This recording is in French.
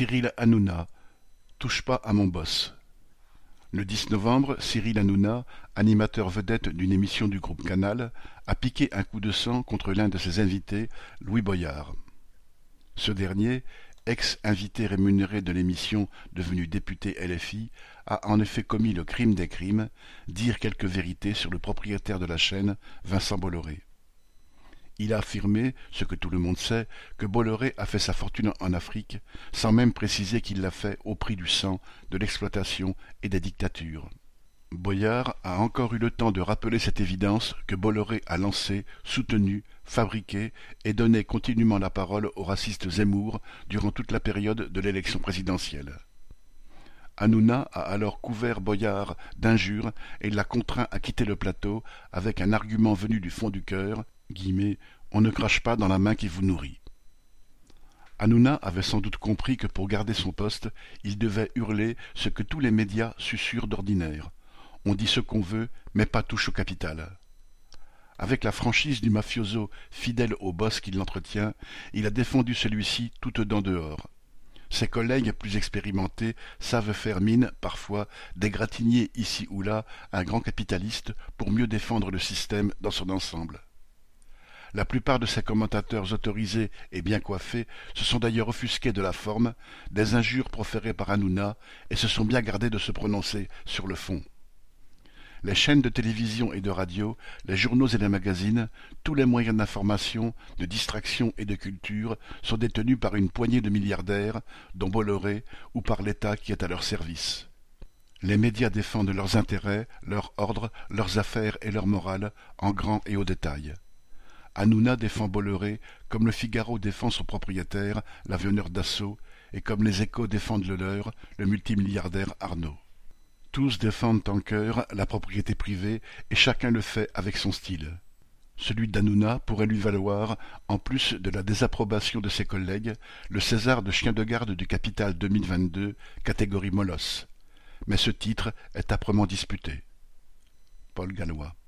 Cyril Hanouna, touche pas à mon boss. Le 10 novembre, Cyril Hanouna, animateur vedette d'une émission du groupe Canal, a piqué un coup de sang contre l'un de ses invités, Louis Boyard. Ce dernier, ex-invité rémunéré de l'émission devenu député LFI, a en effet commis le crime des crimes, dire quelques vérités sur le propriétaire de la chaîne, Vincent Bolloré. Il a affirmé, ce que tout le monde sait, que Bolloré a fait sa fortune en Afrique, sans même préciser qu'il l'a fait au prix du sang, de l'exploitation et des dictatures. Boyard a encore eu le temps de rappeler cette évidence que Bolloré a lancée, soutenue, fabriquée et donné continuellement la parole au raciste Zemmour durant toute la période de l'élection présidentielle. Hanouna a alors couvert Boyard d'injures et l'a contraint à quitter le plateau avec un argument venu du fond du cœur, « On ne crache pas dans la main qui vous nourrit ». Hanouna avait sans doute compris que pour garder son poste, il devait hurler ce que tous les médias susurrent d'ordinaire. On dit ce qu'on veut, mais pas touche au capital. Avec la franchise du mafioso fidèle au boss qui l'entretient, il a défendu celui-ci tout dedans dehors. Ses collègues plus expérimentés savent faire mine, parfois, d'égratigner ici ou là un grand capitaliste pour mieux défendre le système dans son ensemble. La plupart de ces commentateurs autorisés et bien coiffés se sont d'ailleurs offusqués de la forme, des injures proférées par Hanouna, et se sont bien gardés de se prononcer sur le fond. Les chaînes de télévision et de radio, les journaux et les magazines, tous les moyens d'information, de distraction et de culture sont détenus par une poignée de milliardaires, dont Bolloré, ou par l'État qui est à leur service. Les médias défendent leurs intérêts, leur ordre, leurs affaires et leur morale, en grand et au détail. Hanouna défend Bolloré comme le Figaro défend son propriétaire, l'avionneur Dassault, et comme les Échos défendent le leur, le multimilliardaire Arnaud. Tous défendent en chœur la propriété privée et chacun le fait avec son style. Celui d'Hanouna pourrait lui valoir, en plus de la désapprobation de ses collègues, le César de chien de garde du Capital 2022, catégorie Molosse. Mais ce titre est âprement disputé. Paul Gallois.